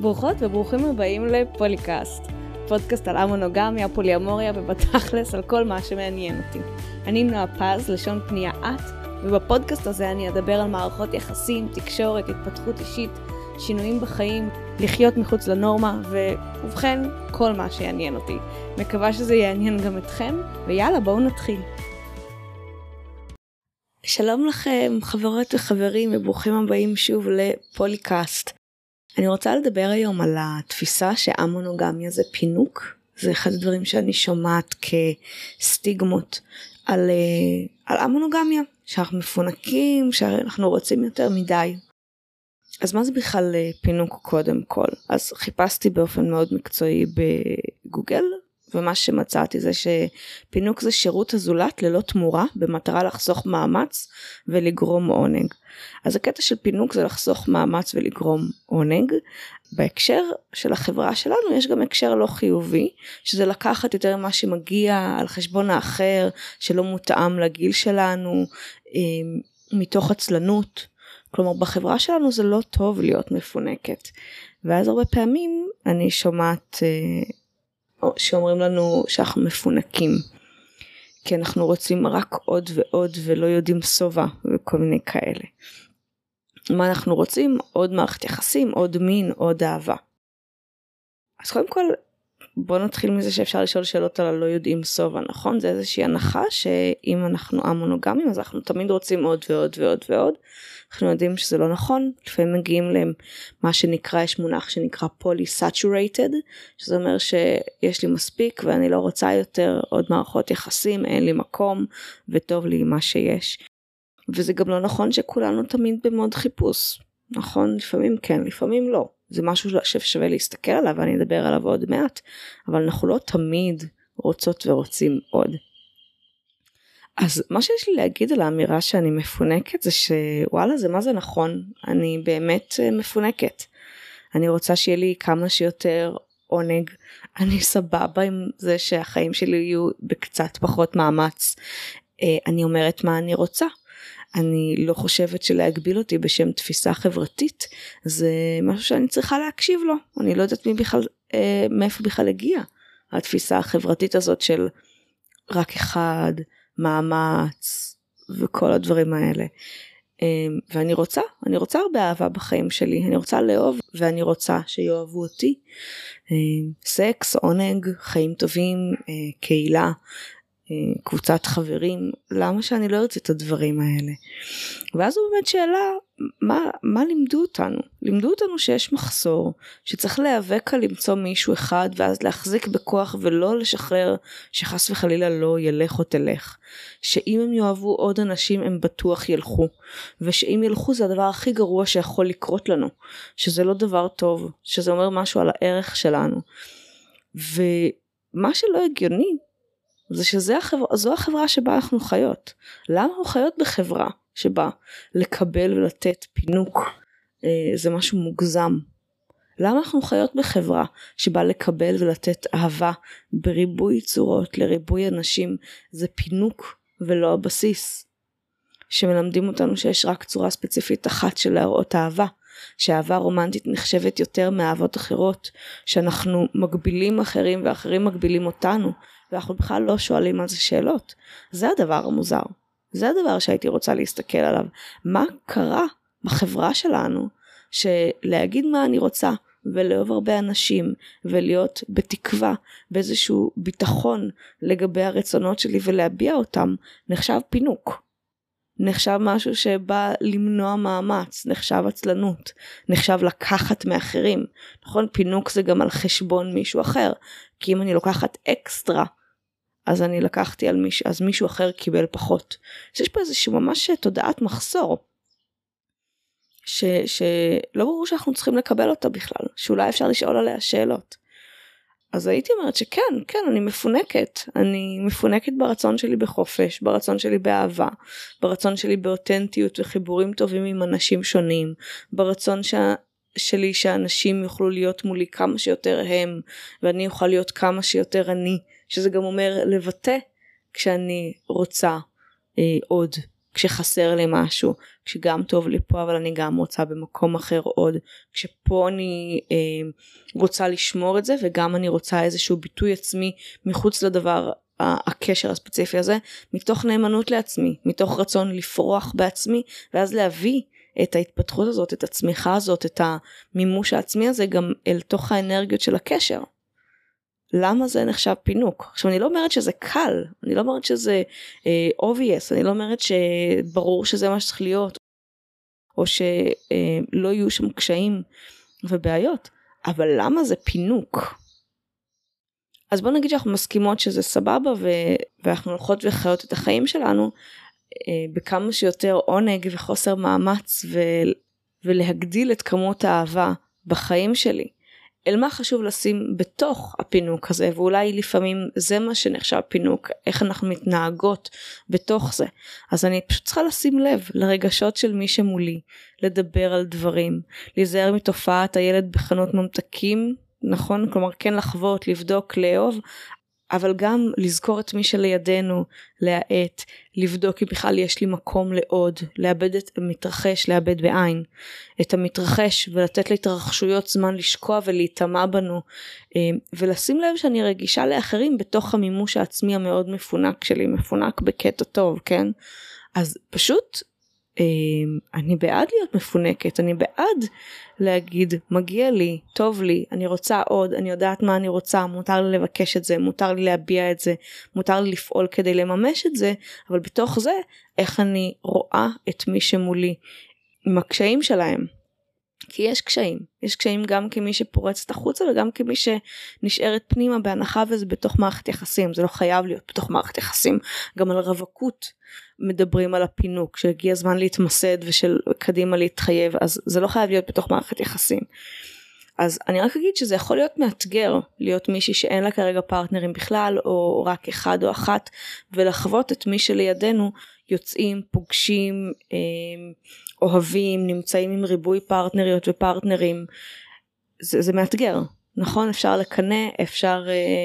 ברוכות וברוכים הבאים לפוליקאסט, פודקאסט על המונוגמיה, פוליאמוריה ובתכלס על כל מה שמעניין אותי. אני נועה פז, לשון פנייה את, ובפודקאסט הזה אני אדבר על מערכות יחסים, תקשורת, התפתחות אישית, שינויים בחיים, לחיות מחוץ לנורמה, ובכן, כל מה שיעניין אותי. מקווה שזה יעניין גם אתכם, ויאללה, בואו נתחיל. שלום לכם, חברות וחברים, וברוכים הבאים שוב לפוליקאסט. אני רוצה לדבר היום על התפיסה שהמונוגמיה זה פינוק. זה אחד הדברים שאני שומעת כסטיגמות על המונוגמיה, שאנחנו מפונקים, שאנחנו רוצים יותר מדי. אז מה זה בכלל פינוק קודם כל? אז חיפשתי באופן מאוד מקצועי בגוגל, ומה שמצאתי זה שפינוק זה שירות הזולת ללא תמורה, במטרה לחסוך מאמץ ולגרום עונג. אז הקטע של פינוק זה לחסוך מאמץ ולגרום עונג. בהקשר של החברה שלנו יש גם הקשר לא חיובי, שזה לקחת יותר ממה שמגיע על חשבון האחר, שלא מותאם לגיל שלנו, מתוך עצלנות. כלומר בחברה שלנו זה לא טוב להיות מפונקת. ואז הרבה פעמים אני שומעת שאומרים לנו שאנחנו מפונקים, כי אנחנו רוצים רק עוד ועוד ולא יודעים סובה וכל מיני כאלה. מה אנחנו רוצים? עוד מערכת יחסים, עוד מין, עוד אהבה. אז קודם כל בוא נתחיל מזה שאפשר לשאול שאלות על הלא יודעים סובה, נכון? זה איזושהי הנחה שאם אנחנו המונוגמים אז אנחנו תמיד רוצים עוד ועוד ועוד ועוד. אנחנו יודעים שזה לא נכון, לפעמים מגיעים למה שנקרא, יש מונח שנקרא polysaturated, שזה אומר שיש לי מספיק ואני לא רוצה יותר עוד מערכות יחסים, אין לי מקום וטוב לי מה שיש. וזה גם לא נכון שכולנו תמיד במוד חיפוש, נכון? לפעמים כן, לפעמים לא. זה משהו ששווה להסתכל עליו ואני אדבר עליו עוד מעט, אבל אנחנו לא תמיד רוצות ורוצים עוד. אז מה שיש לי להגיד על האמירה שאני מפונקת זה שוואלה זה מה זה נכון, אני באמת מפונקת. אני רוצה שיהיה לי כמה שיותר עונג, אני סבבה עם זה שהחיים שלי יהיו בקצת פחות מאמץ. אני אומרת מה אני רוצה. אני לא חושבת שלהגביל אותי בשם תפיסה חברתית, זה משהו שאני צריכה להקשיב לו. אני לא יודעת מאיפה בכלל הגיע התפיסה החברתית הזאת של רק אחד, מאמץ וכל הדברים האלה. ואני רוצה הרבה אהבה בחיים שלי, אני רוצה לאהוב ואני רוצה שיאהבו אותי. סקס, עונג, חיים טובים, קהילה, קבוצת חברים, למה שאני לא ארצה את הדברים האלה? ואז הוא באמת שאלה, מה לימדו אותנו? לימדו אותנו שיש מחסור, שצריך להיאבק על למצוא מישהו אחד, ואז להחזיק בכוח ולא לשחרר, שחס וחלילה לא ילך או תלך. שאם הם יאהבו עוד אנשים, הם בטוח ילכו. ושאם ילכו זה הדבר הכי גרוע שיכול לקרות לנו. שזה לא דבר טוב, שזה אומר משהו על הערך שלנו. ומה שלא הגיוני, זה שזו החברה שבה אנחנו חיות. למה אנחנו חיות בחברה שבה לקבל ולתת פינוק זה משהו מוגזם? למה אנחנו חיות בחברה שבה לקבל ולתת אהבה בריבוי צורות לריבוי אנשים זה פינוק ולא הבסיס? שמלמדים אותנו שיש רק צורה ספציפית אחת של להראות אהבה, שהאהבה רומנטית נחשבת יותר מאהבות אחרות, שאנחנו מגבילים אחרים ואחרים מגבילים אותנו, ואנחנו בכלל לא שואלים על זה שאלות. זה הדבר המוזר. זה הדבר שהייתי רוצה להסתכל עליו. מה קרה בחברה שלנו שלהגיד מה אני רוצה ולאהוב הרבה אנשים ולהיות בתקווה, באיזשהו ביטחון לגבי הרצונות שלי ולהביע אותם, נחשב פינוק. נחשב משהו שבא למנוע מאמץ, נחשב עצלנות, נחשב לקחת מאחרים. נכון, פינוק זה גם על חשבון מישהו אחר, כי אם אני לוקחת אקסטרה, אז אני לקחתי על מישהו, אז מישהו אחר קיבל פחות. אז יש פה איזושהי ממש תודעת מחסור, שלא ברור שאנחנו צריכים לקבל אותה בכלל, שאולי אפשר לשאול עליה שאלות. אז הייתי אומרת שכן, אני מפונקת. אני מפונקת ברצון שלי בחופש, ברצון שלי באהבה, ברצון שלי באותנטיות וחיבורים טובים עם אנשים שונים, ברצון שלי שאנשים יוכלו להיות מולי כמה שיותר הם, ואני אוכל להיות כמה שיותר אני, שזה גם אומר לבטא כשאני רוצה עוד כשחסר לי משהו, כשגם טוב לי פה אבל אני גם רוצה במקום אחר עוד, כשפה אני רוצה לשמור את זה וגם אני רוצה איזשהו ביטוי עצמי מחוץ לדבר הקשר הספציפי הזה, מתוך נאמנות לעצמי, מתוך רצון לפרוח בעצמי, ואז להביא את ההתפתחות הזאת, את הצמיחה הזאת, את המימוש העצמי הזה גם אל תוך האנרגיות של הקשר. למה זה נחשב פינוק? עכשיו אני לא אומרת שזה קל, אני לא אומרת שזה obvious, אני לא אומרת שברור שזה מה שצריך להיות, או שלא יהיו שם קשיים ובעיות, אבל למה זה פינוק? אז בוא נגיד שאנחנו מסכימות שזה סבבה, ואנחנו הולכות וחיות את החיים שלנו, בכמה שיותר עונג וחוסר מאמץ, ולהגדיל את כמות האהבה בחיים שלי. אל מה חשוב לשים בתוך הפינוק הזה, ואולי לפעמים זה מה שנחשב פינוק, איך אנחנו מתנהגות בתוך זה. אז אני פשוט צריכה לשים לב לרגשות של מי שמולי, לדבר על דברים, להיזהר מתופעת הילד בחנות ממתקים, נכון? כלומר כן לחוות, לבדוק, לאהוב, אבל גם לזכור את מי שלידינו, להעט, לבדוק אם בכלל יש לי מקום לעוד, לאבד את המתרחש, לאבד בעין, את המתרחש ולתת להתרחשויות זמן לשקוע ולהיטמע בנו, ולשים לב שאני רגישה לאחרים בתוך המימוש העצמי המאוד מפונק שלי, מפונק בקטע טוב, כן? אז פשוט אני בעד להיות מפונקת, אני בעד להגיד מגיע לי, טוב לי, אני רוצה עוד, אני יודעת מה אני רוצה, מותר לי לבקש את זה, מותר לי להביע את זה, מותר לי לפעול כדי לממש את זה, אבל בתוך זה איך אני רואה את מי שמולי עם הקשיים שלהם. כי יש קשיים גם כמי שפורצת החוצה וגם כמי שנשארת פנימה, בהנחה וזה בתוך מערכת יחסים, זה לא חייב להיות בתוך מערכת יחסים. גם על רווקות מדברים על הפינוק, שהגיע הזמן להתמסד ושל קדימה להתחייב, אז זה לא חייב להיות בתוך מערכת יחסים. אז אני רק אגיד שזה יכול להיות מאתגר, להיות מישהי שאין לה כרגע פרטנרים בכלל, או רק אחד או אחת, ולחוות את מי שלידינו יוצאים, פוגשים, אוהבים, נמצאים עם ריבוי פרטנריות ופרטנרים. זה מאתגר, נכון? אפשר לקנא, אפשר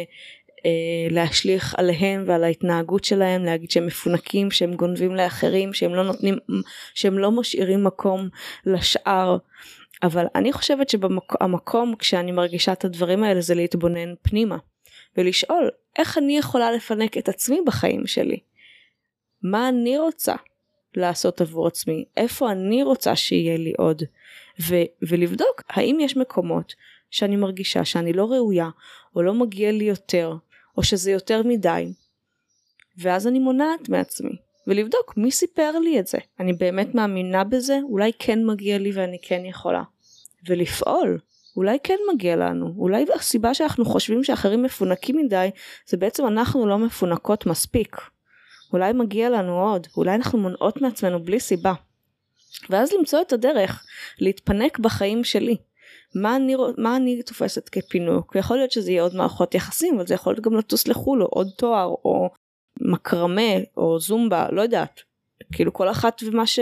להשליך עליהם ועל ההתנהגות שלהם, להגיד שהם מפונקים, שהם גונבים לאחרים, שהם לא משאירים מקום לשאר. אבל אני חושבת שבמקום כשאני מרגישה את הדברים האלה זה להתבונן פנימה ולשאול איך אני יכולה לפנק את עצמי בחיים שלי, מה אני רוצה לעשות עבור עצמי, איפה אני רוצה שיהיה לי עוד, ולבדוק האם יש מקומות שאני מרגישה שאני לא ראויה או לא מגיע לי יותר או שזה יותר מדי, ואז אני מונעת מעצמי ולבדוק מי סיפר לי את זה, אני באמת מאמינה בזה, אולי כן מגיע לי ואני כן יכולה, ולפעול, אולי כן מגיע לנו, אולי הסיבה שאנחנו חושבים שאחרים מפונקים מדי, זה בעצם אנחנו לא מפונקות מספיק, אולי מגיע לנו עוד, אולי אנחנו מונעות מעצמנו בלי סיבה, ואז למצוא את הדרך להתפנק בחיים שלי, מה אני תופסת כפינוק, ויכול להיות שזה יהיה עוד מערכות יחסים, אבל זה יכול להיות גם לטוס לחול, או עוד תואר, או מקרמה או זומבה, לא יודעת, כאילו כל אחת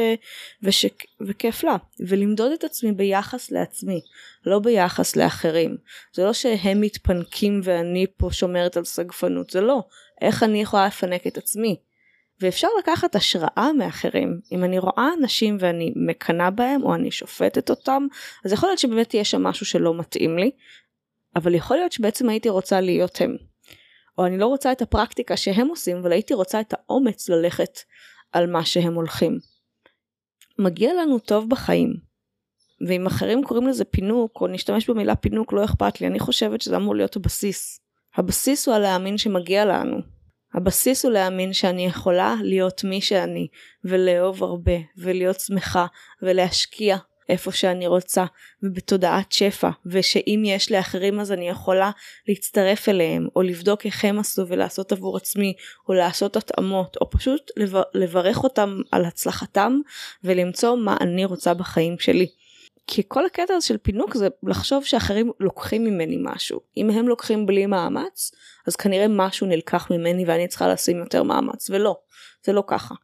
וכיף לה, ולמדוד את עצמי ביחס לעצמי, לא ביחס לאחרים. זה לא שהם מתפנקים ואני פה שומרת על סגפנות, זה לא, איך אני יכולה לפנק את עצמי. ואפשר לקחת השראה מאחרים, אם אני רואה אנשים ואני מקנה בהם או אני שופטת אותם, אז יכול להיות שבאמת יש שם משהו שלא מתאים לי, אבל יכול להיות שבעצם הייתי רוצה להיות הם. או אני לא רוצה את הפרקטיקה שהם עושים, אבל הייתי רוצה את האומץ ללכת על מה שהם הולכים. מגיע לנו טוב בחיים, ואם אחרים קוראים לזה פינוק, או נשתמש במילה פינוק, לא אכפת לי, אני חושבת שזה אמור להיות הבסיס. הבסיס הוא על להאמין שמגיע לנו. הבסיס הוא להאמין שאני יכולה להיות מי שאני, ולאהוב הרבה, ולהיות שמחה, ולהשקיע איפה שאני רוצה, ובתודעת שפע, ושאם יש לאחרים אז אני יכולה להצטרף אליהם, או לבדוק איך הם עשו ולעשות עבור עצמי, או לעשות התאמות, או פשוט לברך אותם על הצלחתם, ולמצוא מה אני רוצה בחיים שלי. כי כל הקטע הזה של פינוק זה לחשוב שאחרים לוקחים ממני משהו. אם הם לוקחים בלי מאמץ, אז כנראה משהו נלקח ממני ואני צריכה לשים יותר מאמץ, ולא, זה לא ככה.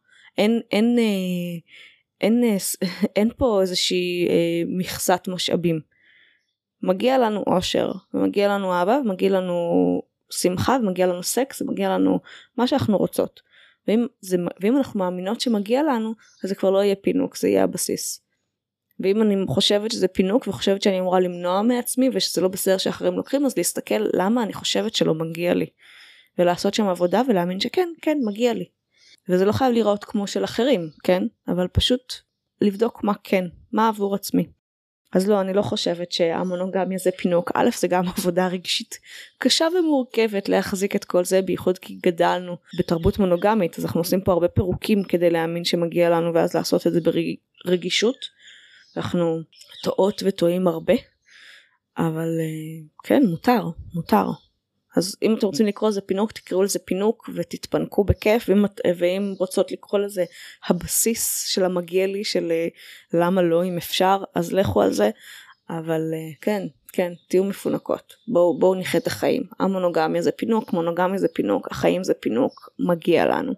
אין פה איזושהי מכסת משאבים. מגיע לנו אושר, ומגיע לנו אהבה, ומגיע לנו שמחה, ומגיע לנו סקס, ומגיע לנו מה שאנחנו רוצות. ואם אנחנו מאמינות שמגיע לנו, אז זה כבר לא יהיה פינוק, זה יהיה הבסיס. ואם אני חושבת שזה פינוק, וחושבת שאני אמורה למנוע מעצמי, ושזה לא בסדר שאחרים לוקחים, אז להסתכל למה אני חושבת שלא מגיע לי. ולעשות שם עבודה ולהאמין שכן, כן, מגיע לי. וזה לא חייב לראות כמו של אחרים, כן? אבל פשוט לבדוק מה כן, מה עבור עצמי. אז לא, אני לא חושבת שהמונוגמיה זה פינוק. א', זה גם עבודה רגשית קשה ומורכבת להחזיק את כל זה, בייחוד כי גדלנו בתרבות מונוגמית, אז אנחנו עושים פה הרבה פירוקים כדי להאמין שמגיע לנו, ואז לעשות את זה ברגישות. אנחנו טועות וטועים הרבה, אבל כן, מותר. אז אם אתם רוצים לקרוא לזה פינוק, תקראו לזה פינוק ותתפנקו בכיף, ואם רוצות לקרוא לזה הבסיס של המגיע לי, של למה לא אם אפשר, אז לכו על זה, אבל כן, תהיו מפונקות, בואו נחיה את החיים. המונוגמיה זה פינוק, מונוגמיה זה פינוק, החיים זה פינוק, מגיע לנו.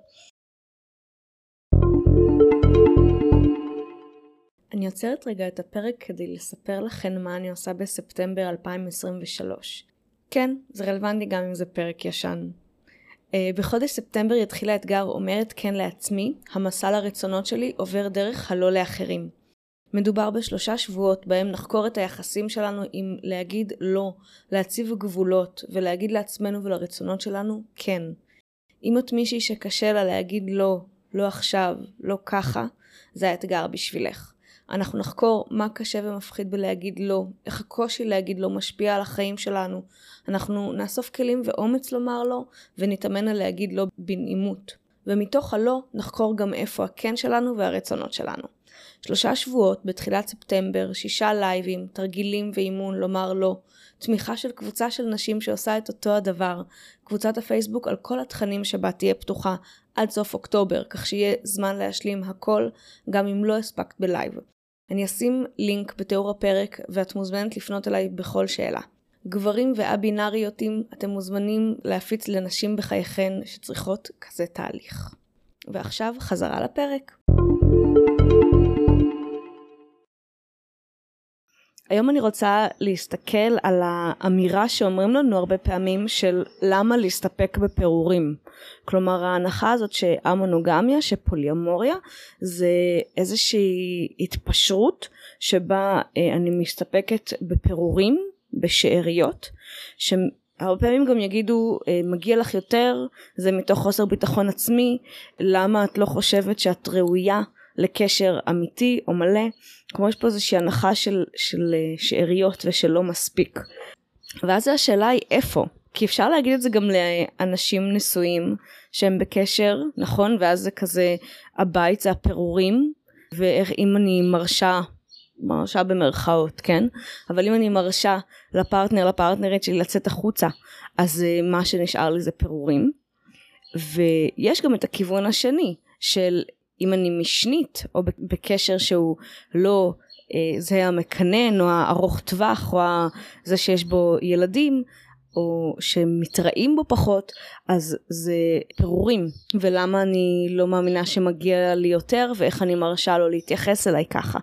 אני עוצרת רגע את הפרק כדי לספר לכם מה אני עושה בספטמבר 2023. כן, זה רלוונטי גם אם זה פרק ישן. בחודש ספטמבר יתחיל האתגר אומרת כן לעצמי, המסע לרצונות שלי עובר דרך הלא לאחרים. מדובר ב3 שבועות בהם נחקור את היחסים שלנו עם להגיד לא, להציב גבולות ולהגיד לעצמנו ולרצונות שלנו כן. אם את מישהי שקשה לה להגיד לא, לא עכשיו, לא ככה, זה האתגר בשבילך. אנחנו נחקור מה קשה ומפחיד בלהגיד לא, איך הקושי להגיד לא משפיע על החיים שלנו. אנחנו נאסוף כלים ואומץ לומר לא, ונתאמן על להגיד לא בנעימות. ומתוך הלא נחקור גם איפה הכן שלנו והרצונות שלנו. 3 שבועות בתחילת ספטמבר, 6 לייבים, תרגילים ואימון לומר לא, תמיכה של קבוצה של נשים שעושה את אותו הדבר, קבוצת הפייסבוק על כל התכנים שבה תהיה פתוחה עד סוף אוקטובר, כך שיהיה זמן להשלים הכל, גם אם לא הספקת בלייב. אני אשים לינק בתיאור הפרק, ואת מוזמנת לפנות אליי בכל שאלה. גברים ואבינריותים, אתם מוזמנים להפיץ לנשים בחייכן שצריכות כזה תהליך. ועכשיו חזרה לפרק. היום אני רוצה להסתכל על האמירה שאומרים לנו הרבה פעמים של למה להסתפק בפירורים. כלומר ההנחה הזאת שהמונוגמיה, שפוליאמוריה, זה איזושהי התפשרות שבה אני מסתפקת בפירורים, בשאריות, שהרבה פעמים גם יגידו מגיע לך יותר, זה מתוך חוסר ביטחון עצמי, למה את לא חושבת שאת ראויה לקשר אמיתי או מלא, כמו יש פה איזושהי הנחה של שאריות ושל לא מספיק. ואז השאלה היא איפה? כי אפשר להגיד את זה גם לאנשים נשואים שהם בקשר, נכון? ואז זה כזה, הבית זה הפירורים, ואם אני מרשה במרכאות, כן? אבל אם אני מרשה לפרטנרית שלי לצאת החוצה, אז מה שנשאר לי זה פירורים. ויש גם את הכיוון השני של אם אני משנית או בקשר שהוא לא זה המקנן או הארוך טווח או זה שיש בו ילדים או שמתראים בו פחות, אז זה פירורים. ולמה אני לא מאמינה שמגיע לי יותר ואיך אני מרשה לו להתייחס אליי ככה.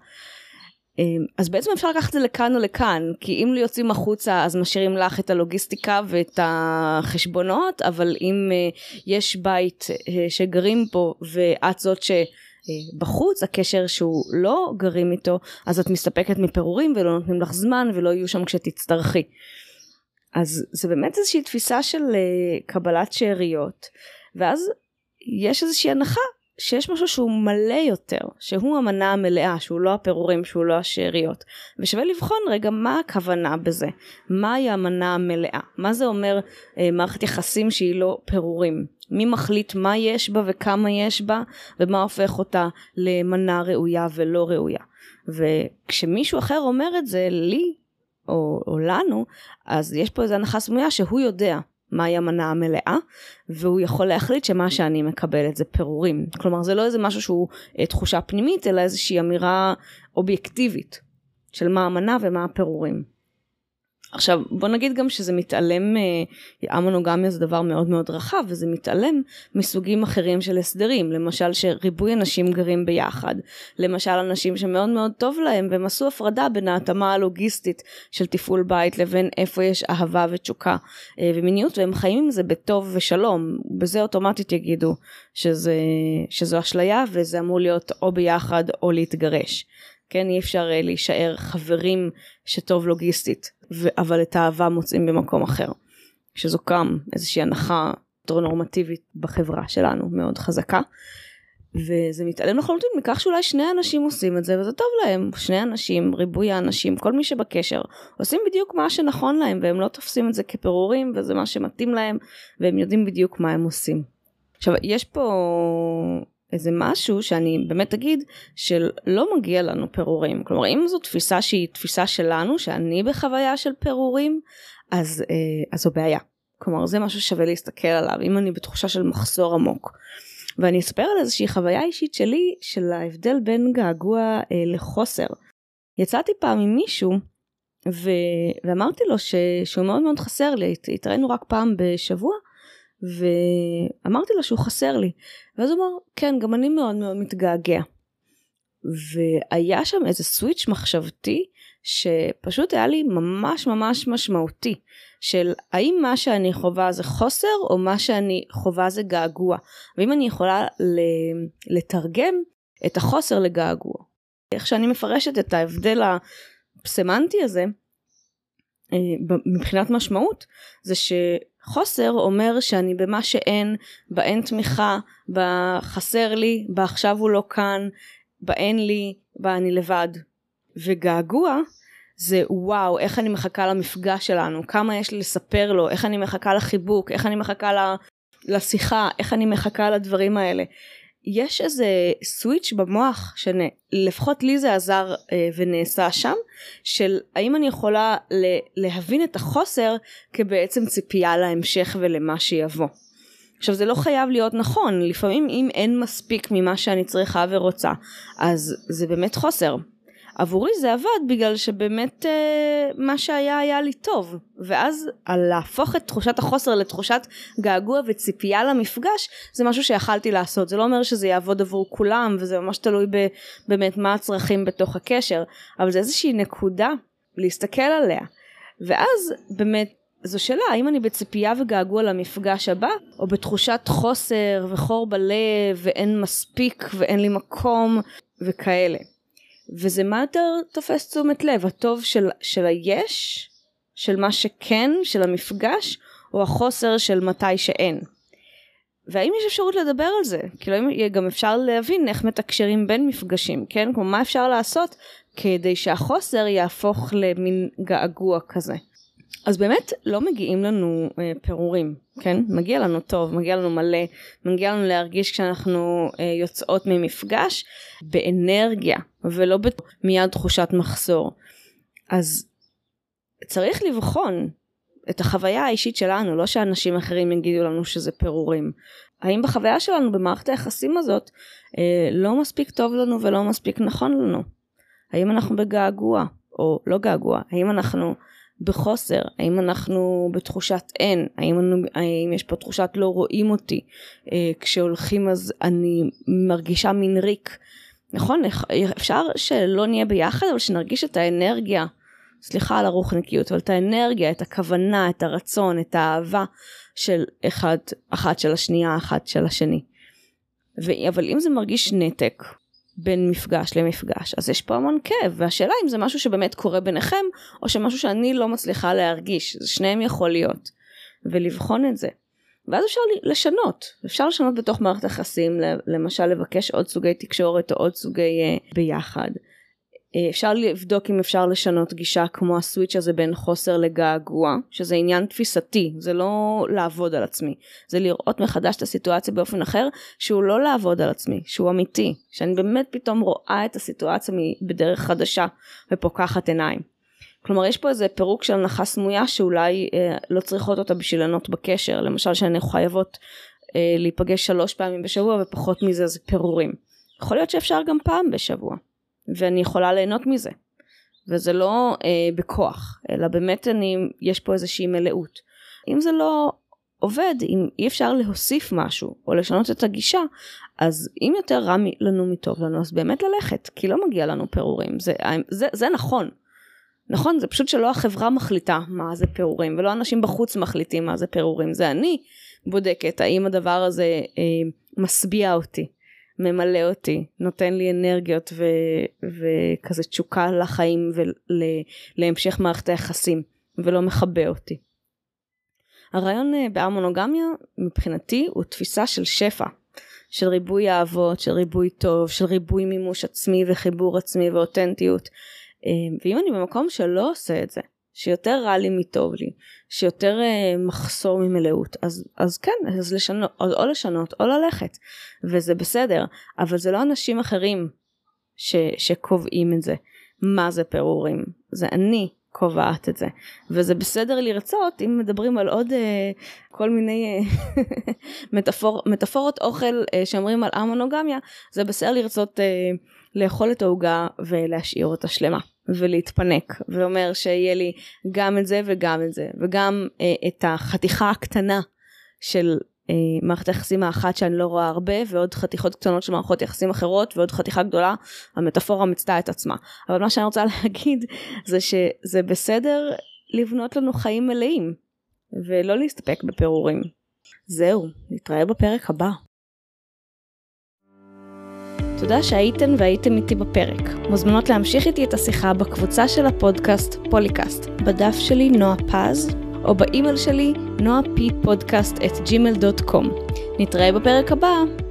אז בעצם אפשר לקחת את זה לכאן או לכאן, כי אם יוצאים החוצה אז משאירים לך את הלוגיסטיקה ואת החשבונות, אבל אם יש בית שגרים פה ואת זאת שבחוץ, הקשר שהוא לא גרים איתו, אז את מסתפקת מפירורים ולא נותנים לך זמן ולא יהיו שם כשתצטרכי. אז זה באמת איזושהי תפיסה של קבלת שאריות, ואז יש איזושהי הנחה שיש משהו שהוא מלא יותר, שהוא המנה המלאה, שהוא לא הפירורים, שהוא לא השאריות. ושווה לבחון רגע מה הכוונה בזה, מהי המנה המלאה, מה זה אומר מערכת יחסים שהיא לא פירורים, מי מחליט מה יש בה וכמה יש בה, ומה הופך אותה למנה ראויה ולא ראויה. וכשמישהו אחר אומר את זה לי או לנו, אז יש פה איזו הנחה סמויה שהוא יודע מהי המנה המלאה, והוא יכול להחליט שמה שאני מקבלת זה פירורים. כלומר, זה לא איזה משהו שהוא תחושה פנימית, אלא איזושהי אמירה אובייקטיבית של מה המנה ומה הפירורים. עכשיו בוא נגיד גם שזה מתעלם, המונוגמיה זה דבר מאוד מאוד רחב, וזה מתעלם מסוגים אחרים של הסדרים, למשל שריבוי אנשים גרים ביחד, למשל אנשים שמאוד מאוד טוב להם, והם עשו הפרדה בין ההתאמה הלוגיסטית של תפעול בית, לבין איפה יש אהבה ותשוקה ומיניות, והם חיים עם זה בטוב ושלום, בזה אוטומטית יגידו שזו אשליה, וזה אמור להיות או ביחד או להתגרש. כן, אי אפשר להישאר חברים שטוב לוגיסטית, אבל את האהבה מוצאים במקום אחר. שזו גם איזושהי הנחה נורמטיבית בחברה שלנו, מאוד חזקה. וזה מתעלם לחלוטין מכך שאולי שני אנשים עושים את זה, וזה טוב להם. שני אנשים, ריבוי האנשים, כל מי שבקשר, עושים בדיוק מה שנכון להם, והם לא תופסים את זה כפירורים, וזה מה שמתאים להם, והם יודעים בדיוק מה הם עושים. עכשיו, יש פה איזה משהו שאני באמת אגיד שלא מגיע לנו פירורים. כלומר, אם זו תפיסה שהיא תפיסה שלנו, שאני בחוויה של פירורים, אז זו בעיה. כלומר, זה משהו שווה להסתכל עליו, אם אני בתחושה של מחסור עמוק. ואני אספר על איזושהי חוויה אישית שלי, של ההבדל בין געגוע לחוסר. יצאתי פעם עם מישהו, ואמרתי לו שהוא מאוד מאוד חסר לי, התראינו רק פעם בשבוע, ואמרתי לו שהוא חסר לי, ואז הוא אמר, כן, גם אני מאוד מאוד מתגעגע. והיה שם איזה סוויץ' מחשבתי, שפשוט היה לי ממש ממש משמעותי, של האם מה שאני חובה זה חוסר, או מה שאני חובה זה געגוע. ואם אני יכולה לתרגם את החוסר לגעגוע. איך שאני מפרשת את ההבדל הסמנטי הזה, מבחינת משמעות, זה שחוסר אומר שאני במה שאין, באין תמיכה, בחסר לי, בעכשיו הוא לא כאן, באין לי, באני לבד. וגעגוע זה וואו, איך אני מחכה למפגש שלנו, כמה יש לי לספר לו, איך אני מחכה לחיבוק, איך אני מחכה לשיחה, איך אני מחכה לדברים האלה. יש איזה סוויץ' במוח, שלפחות לי זה עזר ונעשה שם, של האם אני יכולה להבין את החוסר כבעצם ציפייה להמשך ולמה שיבוא. עכשיו זה לא חייב להיות נכון, לפעמים אם אין מספיק ממה שאני צריכה ורוצה, אז זה באמת חוסר. עבורי זה עבד בגלל שבאמת מה היה לי טוב, ואז על להפוך את תחושת החוסר לתחושת געגוע וציפייה למפגש, זה משהו שיכלתי לעשות. זה לא אומר שזה יעבוד עבור כולם, וזה ממש תלוי באמת מה הצרכים בתוך הקשר, אבל זה איזושהי נקודה להסתכל עליה. ואז באמת זו שאלה, האם אני בציפייה וגעגוע למפגש הבא, או בתחושת חוסר וחור בלב, ואין מספיק ואין לי מקום וכאלה. וזה מה יותר תופס תשומת לב, הטוב של היש, של מה שכן, של המפגש, או החוסר של מתי שאין. והאם יש אפשרות לדבר על זה? כאילו גם אפשר להבין איך מתקשרים בין מפגשים, כן? כמו מה אפשר לעשות כדי שהחוסר יהפוך למין געגוע כזה. אז באמת לא מגיעים לנו פירורים, כן? מגיע לנו טוב, מגיע לנו מלא, מגיע לנו להרגיש כשאנחנו יוצאות ממפגש באנרגיה, ולא מיד תחושת מחסור. אז צריך לבחון את החוויה האישית שלנו, לא שאנשים אחרים יגידו לנו שזה פירורים. האם בחוויה שלנו במערכת היחסים הזאת לא מספיק טוב לנו ולא מספיק נכון לנו? האם אנחנו בגעגוע או לא געגוע? האם אנחנו בחוסר? האם אנחנו בתחושת אין? האם יש פה תחושת לא רואים אותי? כשהולכים אז אני מרגישה מין ריק. נכון? אפשר שלא נהיה ביחד, אבל שנרגיש את האנרגיה, סליחה על הרוחניקיות, אבל את האנרגיה, את הכוונה, את הרצון, את האהבה של אחת של השנייה, אחת של השני. אבל אם זה מרגיש נתק בין מפגש למפגש, אז יש פה המון כאב, והשאלה אם זה משהו שבאמת קורה ביניכם, או שמשהו שאני לא מצליחה להרגיש, זה שניהם יכול להיות, ולבחון את זה. ואז אפשר לשנות בתוך מערכת היחסים, למשל לבקש עוד סוגי תקשורת, או עוד סוגי ביחד. אפשר לבדוק אם אפשר לשנות גישה כמו הסוויץ' הזה בין חוסר לגעגוע, שזה עניין תפיסתי, זה לא לעבוד על עצמי, זה לראות מחדש את הסיטואציה באופן אחר, שהוא לא לעבוד על עצמי, שהוא אמיתי, שאני באמת פתאום רואה את הסיטואציה בדרך חדשה ופוקחת עיניים. כלומר יש פה איזה פירוק של הנחה סמויה שאולי לא צריכות אותה בשביל לענות בקשר, למשל שאני חייבות להיפגש 3 פעמים בשבוע ופחות מזה זה פירורים. יכול להיות שאפשר גם פעם בשבוע. ואני יכולה ליהנות מזה. וזה לא בכוח, אלא באמת יש פה איזושהי מלאות. אם זה לא עובד, אם אי אפשר להוסיף משהו, או לשנות את הגישה, אז אם יותר רע לנו מטוב לנו, אז באמת ללכת, כי לא מגיע לנו פירורים. זה נכון. נכון, זה פשוט שלא החברה מחליטה מה זה פירורים, ולא אנשים בחוץ מחליטים מה זה פירורים. זה אני בודקת, האם הדבר הזה משביע אותי, ממלא אותי, נותן לי אנרגיות וכזה תשוקה לחיים ולהמשך מערכת היחסים, ולא מחבא אותי. הרעיון בהמונוגמיה מבחינתי הוא תפיסה של שפע, של ריבוי אהבות, של ריבוי טוב, של ריבוי מימוש עצמי וחיבור עצמי ואותנטיות. ואם אני במקום שלא עושה את זה, שיותר רע לי מטוב לי, שיותר מחסור ממלאות, אז כן, אז לשנות או ללכת, וזה בסדר, אבל זה לא אנשים אחרים שקובעים את זה. מה זה פירורים? זה אני קובעת את זה, וזה בסדר לרצות, אם מדברים על עוד כל מיני מטאפורות אוכל שאומרים על המונוגמיה, זה בסדר לרצות לאכול את ההוגה ולהשאיר אותה שלמה, ולהתפנק, ואומר שיהיה לי גם את זה וגם את זה, וגם את החתיכה הקטנה של מערכת היחסים האחת שאני לא רואה הרבה, ועוד חתיכות קטנות של מערכות יחסים אחרות, ועוד חתיכה גדולה, המטאפורה מצטעה את עצמה. אבל מה שאני רוצה להגיד, זה שזה בסדר לבנות לנו חיים מלאים, ולא להסתפק בפירורים. זהו, נתראה בפרק הבא. תודה שהייתן והייתם איתי בפרק. מוזמנות להמשיך איתי את השיחה בקבוצה של הפודקאסט פוליקאסט, בדף שלי נועה פז, או באימייל שלי noapodcast@gmail.com. נתראה בפרק הבא.